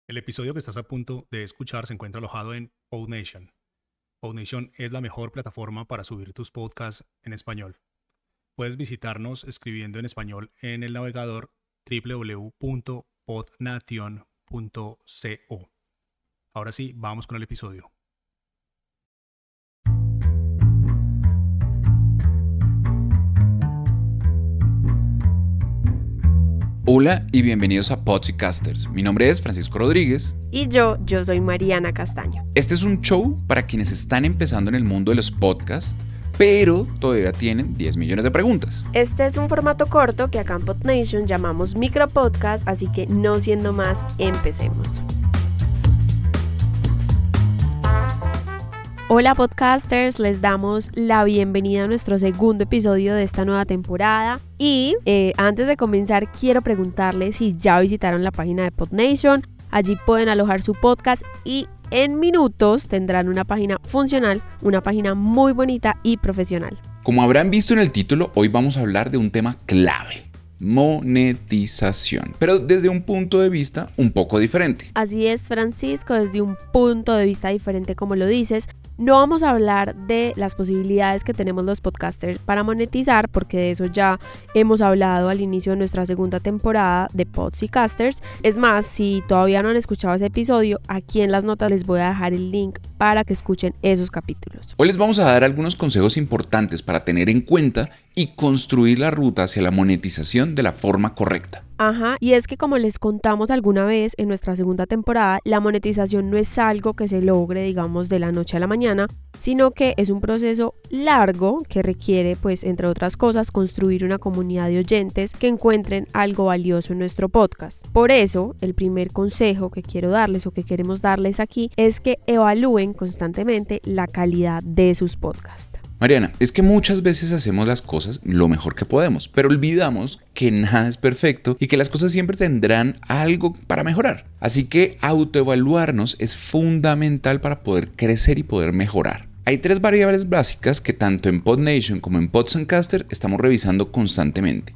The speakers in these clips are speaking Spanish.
El episodio que estás a punto de escuchar se encuentra alojado en PodNation. PodNation es la mejor plataforma para subir tus podcasts en español. Puedes visitarnos escribiendo en español en el navegador www.podnation.co. Ahora sí, vamos con el episodio. Hola y bienvenidos a Podcasters. Mi nombre es Francisco Rodríguez. Y yo soy Mariana Castaño. Este es un show para quienes están empezando en el mundo de los podcasts, pero todavía tienen 10 millones de preguntas. Este es un formato corto que acá en PodNation llamamos micropodcast, así que no siendo más, empecemos. Hola podcasters, les damos la bienvenida a nuestro segundo episodio de esta nueva temporada y antes de comenzar quiero preguntarles si ya visitaron la página de PodNation. Allí pueden alojar su podcast y en minutos tendrán una página funcional, una página muy bonita y profesional. Como habrán visto en el título, hoy vamos a hablar de un tema clave: monetización, pero desde un punto de vista un poco diferente. Así es, Francisco, desde un punto de vista diferente, como lo dices. No vamos a hablar de las posibilidades que tenemos los podcasters para monetizar, porque de eso ya hemos hablado al inicio de nuestra segunda temporada de Podcasters. Es más, si todavía no han escuchado ese episodio, aquí en las notas les voy a dejar el link para que escuchen esos capítulos. Hoy les vamos a dar algunos consejos importantes para tener en cuenta y construir la ruta hacia la monetización de la forma correcta. Y es que como les contamos alguna vez en nuestra segunda temporada, la monetización no es algo que se logre, digamos, de la noche a la mañana, sino que es un proceso largo que requiere, pues, entre otras cosas, construir una comunidad de oyentes que encuentren algo valioso en nuestro podcast. Por eso, el primer consejo que quiero darles o que queremos darles aquí es que evalúen constantemente la calidad de sus podcasts. Mariana, es que muchas veces hacemos las cosas lo mejor que podemos, pero olvidamos que nada es perfecto y que las cosas siempre tendrán algo para mejorar. Así que autoevaluarnos es fundamental para poder crecer y poder mejorar. Hay 3 variables básicas que tanto en PodNation como en Podcasters estamos revisando constantemente.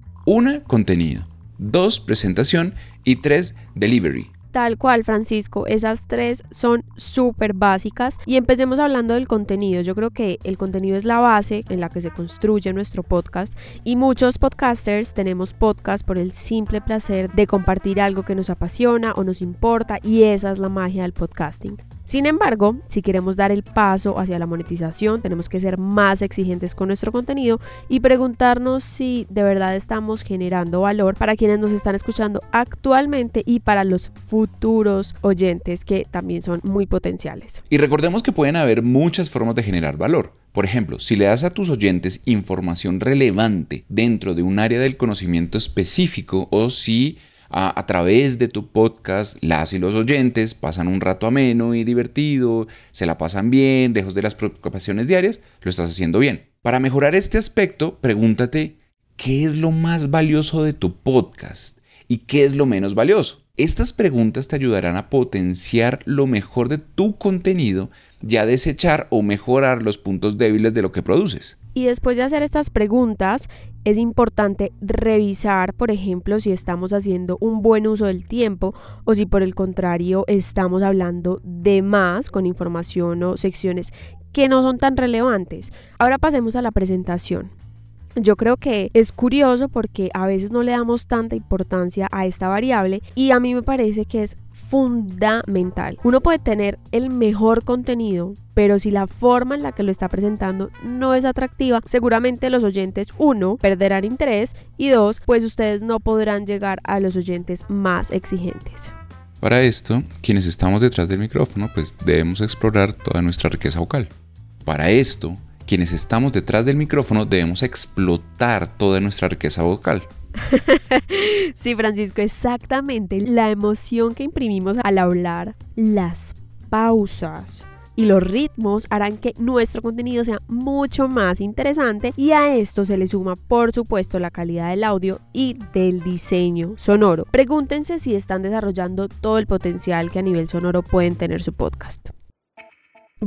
1, contenido. 2, presentación. Y 3, delivery. Tal cual, Francisco, esas 3 son súper básicas y empecemos hablando del contenido. Yo creo que el contenido es la base en la que se construye nuestro podcast y muchos podcasters tenemos podcast por el simple placer de compartir algo que nos apasiona o nos importa, y esa es la magia del podcasting. Sin embargo, si queremos dar el paso hacia la monetización, tenemos que ser más exigentes con nuestro contenido y preguntarnos si de verdad estamos generando valor para quienes nos están escuchando actualmente y para los futuros oyentes, que también son muy potenciales. Y recordemos que pueden haber muchas formas de generar valor. Por ejemplo, si le das a tus oyentes información relevante dentro de un área del conocimiento específico, o si a través de tu podcast las y los oyentes pasan un rato ameno y divertido, se la pasan bien, lejos de las preocupaciones diarias, lo estás haciendo bien. Para mejorar este aspecto, pregúntate ¿qué es lo más valioso de tu podcast y qué es lo menos valioso? Estas preguntas te ayudarán a potenciar lo mejor de tu contenido y a desechar o mejorar los puntos débiles de lo que produces. Y después de hacer estas preguntas, es importante revisar, por ejemplo, si estamos haciendo un buen uso del tiempo o si por el contrario estamos hablando de más con información o secciones que no son tan relevantes. Ahora pasemos a la presentación. Yo creo que es curioso porque a veces no le damos tanta importancia a esta variable y a mí me parece que es fundamental. Uno puede tener el mejor contenido, pero si la forma en la que lo está presentando no es atractiva, seguramente los oyentes, 1, perderán interés y 2, pues ustedes no podrán llegar a los oyentes más exigentes. Para esto, quienes estamos detrás del micrófono, pues debemos explorar toda nuestra riqueza vocal. Para esto, quienes estamos detrás del micrófono debemos explotar toda nuestra riqueza vocal. Sí, Francisco, exactamente. La emoción que imprimimos al hablar, las pausas y los ritmos harán que nuestro contenido sea mucho más interesante, y a esto se le suma, por supuesto, la calidad del audio y del diseño sonoro. Pregúntense si están desarrollando todo el potencial que a nivel sonoro pueden tener su podcast. Bueno,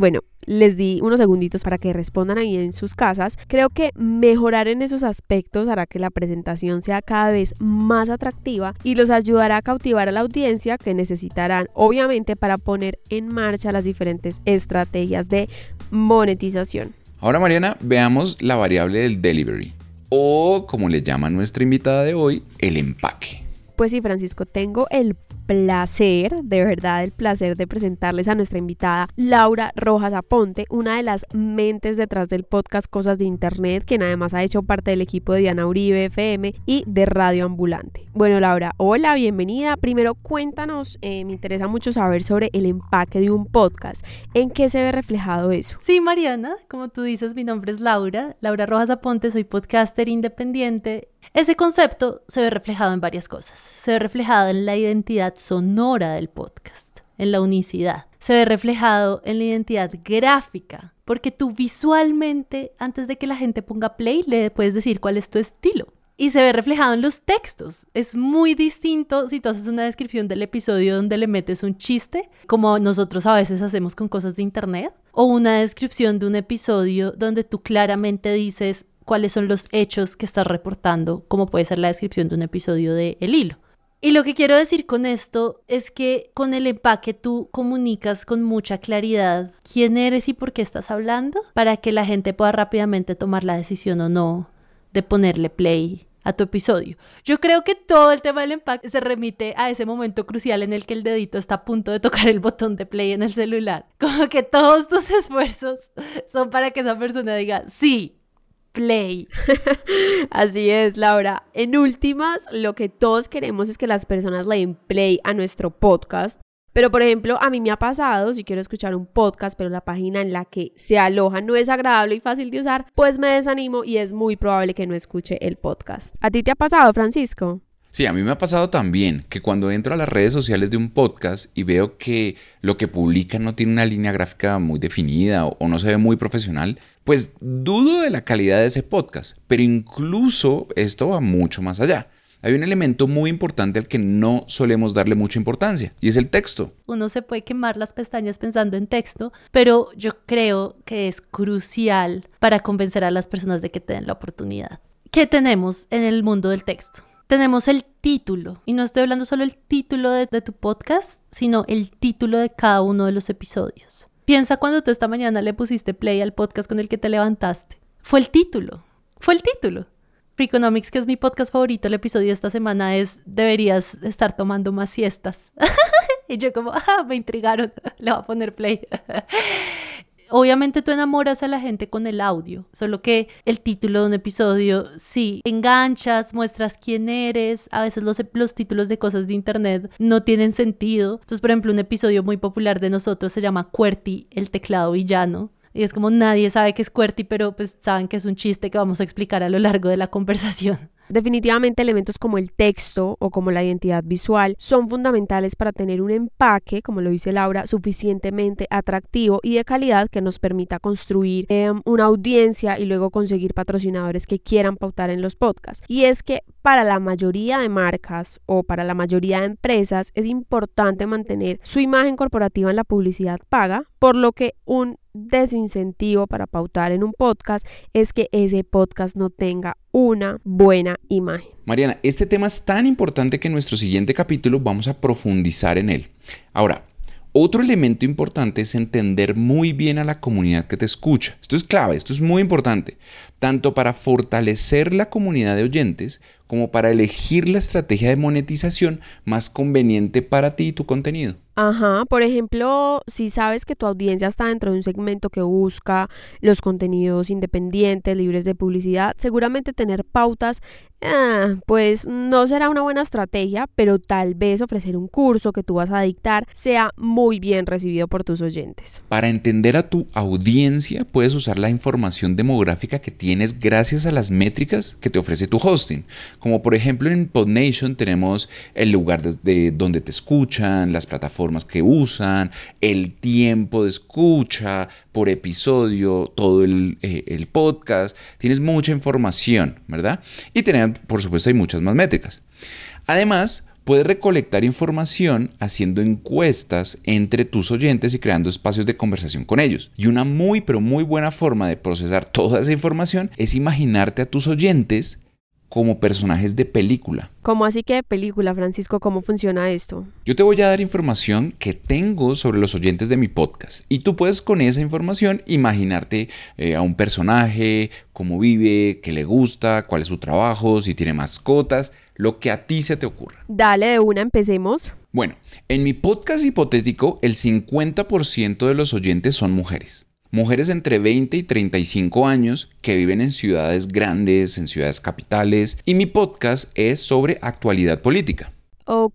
les di unos segunditos para que respondan ahí en sus casas. Creo que mejorar en esos aspectos hará que la presentación sea cada vez más atractiva y los ayudará a cautivar a la audiencia que necesitarán, obviamente, para poner en marcha las diferentes estrategias de monetización. Ahora, Mariana, veamos la variable del delivery, o como le llama nuestra invitada de hoy, el empaque. Pues sí, Francisco, tengo el placer, de verdad el placer de presentarles a nuestra invitada Laura Rojas Aponte, una de las mentes detrás del podcast Cosas de Internet, quien además ha hecho parte del equipo de Diana Uribe FM y de Radio Ambulante. Bueno, Laura, hola, bienvenida. Primero cuéntanos, me interesa mucho saber sobre el empaque de un podcast. ¿En qué se ve reflejado eso? Sí, Mariana, como tú dices, mi nombre es Laura Rojas Aponte, soy podcaster independiente. Ese concepto se ve reflejado en varias cosas. Se ve reflejado en la identidad sonora del podcast, en la unicidad. Se ve reflejado en la identidad gráfica, porque tú visualmente, antes de que la gente ponga play, le puedes decir cuál es tu estilo. Y se ve reflejado en los textos. Es muy distinto si tú haces una descripción del episodio donde le metes un chiste, como nosotros a veces hacemos con Cosas de Internet, o una descripción de un episodio donde tú claramente dices cuáles son los hechos que estás reportando, como puede ser la descripción de un episodio de El Hilo. Y lo que quiero decir con esto es que con el empaque tú comunicas con mucha claridad quién eres y por qué estás hablando, para que la gente pueda rápidamente tomar la decisión o no de ponerle play a tu episodio. Yo creo que todo el tema del empaque se remite a ese momento crucial en el que el dedito está a punto de tocar el botón de play en el celular. Como que todos tus esfuerzos son para que esa persona diga sí, play. Así es, Laura. En últimas, lo que todos queremos es que las personas le den play a nuestro podcast. Pero, por ejemplo, a mí me ha pasado, si quiero escuchar un podcast, pero la página en la que se aloja no es agradable y fácil de usar, pues me desanimo y es muy probable que no escuche el podcast. ¿A ti te ha pasado, Francisco? Sí, a mí me ha pasado también que cuando entro a las redes sociales de un podcast y veo que lo que publican no tiene una línea gráfica muy definida o no se ve muy profesional, pues dudo de la calidad de ese podcast. Pero incluso esto va mucho más allá. Hay un elemento muy importante al que no solemos darle mucha importancia y es el texto. Uno se puede quemar las pestañas pensando en texto, pero yo creo que es crucial para convencer a las personas de que te den la oportunidad. ¿Qué tenemos en el mundo del texto? Tenemos el título, y no estoy hablando solo el título de tu podcast, sino el título de cada uno de los episodios. Piensa cuando tú esta mañana le pusiste play al podcast con el que te levantaste. Fue el título. Freakonomics, que es mi podcast favorito, el episodio de esta semana es deberías estar tomando más siestas. Y yo como, me intrigaron, le voy a poner play. Obviamente tú enamoras a la gente con el audio, solo que el título de un episodio, sí, enganchas, muestras quién eres. A veces los títulos de Cosas de Internet no tienen sentido. Entonces, por ejemplo, un episodio muy popular de nosotros se llama QWERTY, el teclado villano. Y es como nadie sabe qué es QWERTY, pero pues saben que es un chiste que vamos a explicar a lo largo de la conversación. Definitivamente elementos como el texto o como la identidad visual son fundamentales para tener un empaque, como lo dice Laura, suficientemente atractivo y de calidad que nos permita construir una audiencia y luego conseguir patrocinadores que quieran pautar en los podcasts. Y es que para la mayoría de marcas o para la mayoría de empresas es importante mantener su imagen corporativa en la publicidad paga, por lo que un desincentivo para pautar en un podcast es que ese podcast no tenga una buena imagen. Mariana, este tema es tan importante que en nuestro siguiente capítulo vamos a profundizar en él. Ahora, otro elemento importante es entender muy bien a la comunidad que te escucha. Esto es clave, esto es muy importante, tanto para fortalecer la comunidad de oyentes como para elegir la estrategia de monetización más conveniente para ti y tu contenido. Ajá, por ejemplo, si sabes que tu audiencia está dentro de un segmento que busca los contenidos independientes, libres de publicidad, seguramente tener pautas, pues no será una buena estrategia, pero tal vez ofrecer un curso que tú vas a dictar sea muy bien recibido por tus oyentes. Para entender a tu audiencia, puedes usar la información demográfica que tienes gracias a las métricas que te ofrece tu hosting. Como por ejemplo en PodNation tenemos el lugar de donde te escuchan, las plataformas que usan, el tiempo de escucha por episodio, todo el podcast. Tienes mucha información, ¿verdad? Y por supuesto hay muchas más métricas. Además, Puedes recolectar información haciendo encuestas entre tus oyentes y creando espacios de conversación con ellos. Y una muy buena forma de procesar toda esa información es imaginarte a tus oyentes como personajes de película. ¿Cómo así que de película, Francisco? ¿Cómo funciona esto? Yo te voy a dar información que tengo sobre los oyentes de mi podcast y tú puedes con esa información imaginarte a un personaje, cómo vive, qué le gusta, cuál es su trabajo, si tiene mascotas, lo que a ti se te ocurra. Dale, de una, empecemos. Bueno, en mi podcast hipotético, el 50% de los oyentes son mujeres. Mujeres entre 20 y 35 años que viven en ciudades grandes, en ciudades capitales, y mi podcast es sobre actualidad política. Ok,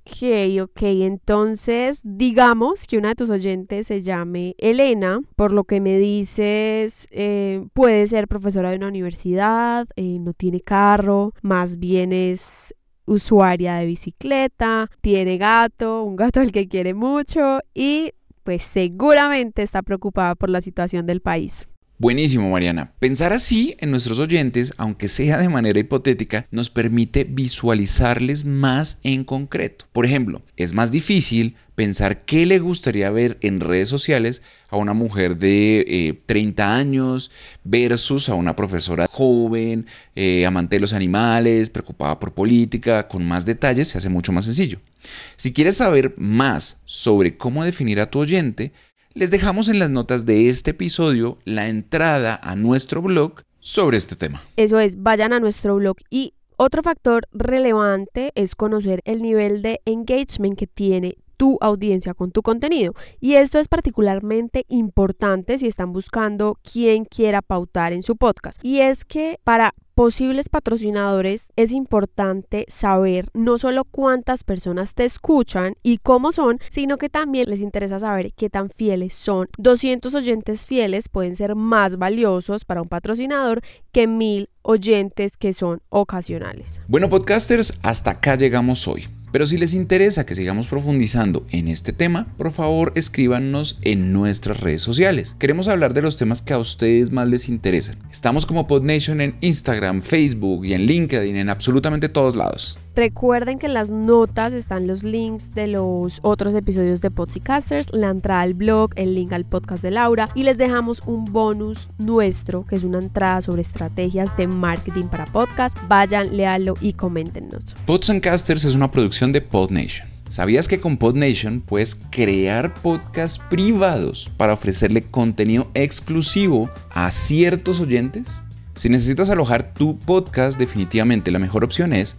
entonces digamos que una de tus oyentes se llame Elena, por lo que me dices, puede ser profesora de una universidad, no tiene carro, más bien es usuaria de bicicleta, tiene gato, un gato al que quiere mucho y pues seguramente está preocupada por la situación del país. Buenísimo, Mariana. Pensar así en nuestros oyentes, aunque sea de manera hipotética, nos permite visualizarles más en concreto. Por ejemplo, es más difícil pensar qué le gustaría ver en redes sociales a una mujer de 30 años versus a una profesora joven, amante de los animales, preocupada por política, con más detalles, se hace mucho más sencillo. Si quieres saber más sobre cómo definir a tu oyente, les dejamos en las notas de este episodio la entrada a nuestro blog sobre este tema. Eso es, vayan a nuestro blog. Y otro factor relevante es conocer el nivel de engagement que tiene tu audiencia con tu contenido. Y esto es particularmente importante si están buscando quién quiera pautar en su podcast. Y es que para posibles patrocinadores es importante saber no solo cuántas personas te escuchan y cómo son, sino que también les interesa saber qué tan fieles son. 200 oyentes fieles pueden ser más valiosos para un patrocinador que 1000 oyentes que son ocasionales. Bueno, podcasters, hasta acá llegamos hoy. Pero si les interesa que sigamos profundizando en este tema, por favor escríbanos en nuestras redes sociales. Queremos hablar de los temas que a ustedes más les interesan. Estamos como PodNation en Instagram, Facebook y en LinkedIn, en absolutamente todos lados. Recuerden que en las notas están los links de los otros episodios de Podcasters, la entrada al blog, el link al podcast de Laura y les dejamos un bonus nuestro que es una entrada sobre estrategias de marketing para podcast. Vayan, léanlo y coméntenos. Pods and Casters es una producción de PodNation. ¿Sabías que con PodNation puedes crear podcasts privados para ofrecerle contenido exclusivo a ciertos oyentes? Si necesitas alojar tu podcast, definitivamente la mejor opción es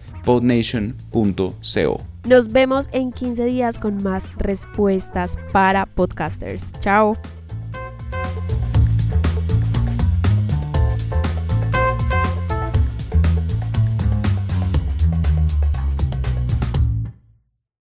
podnation.co. Nos vemos en 15 días con más respuestas para podcasters. Chao.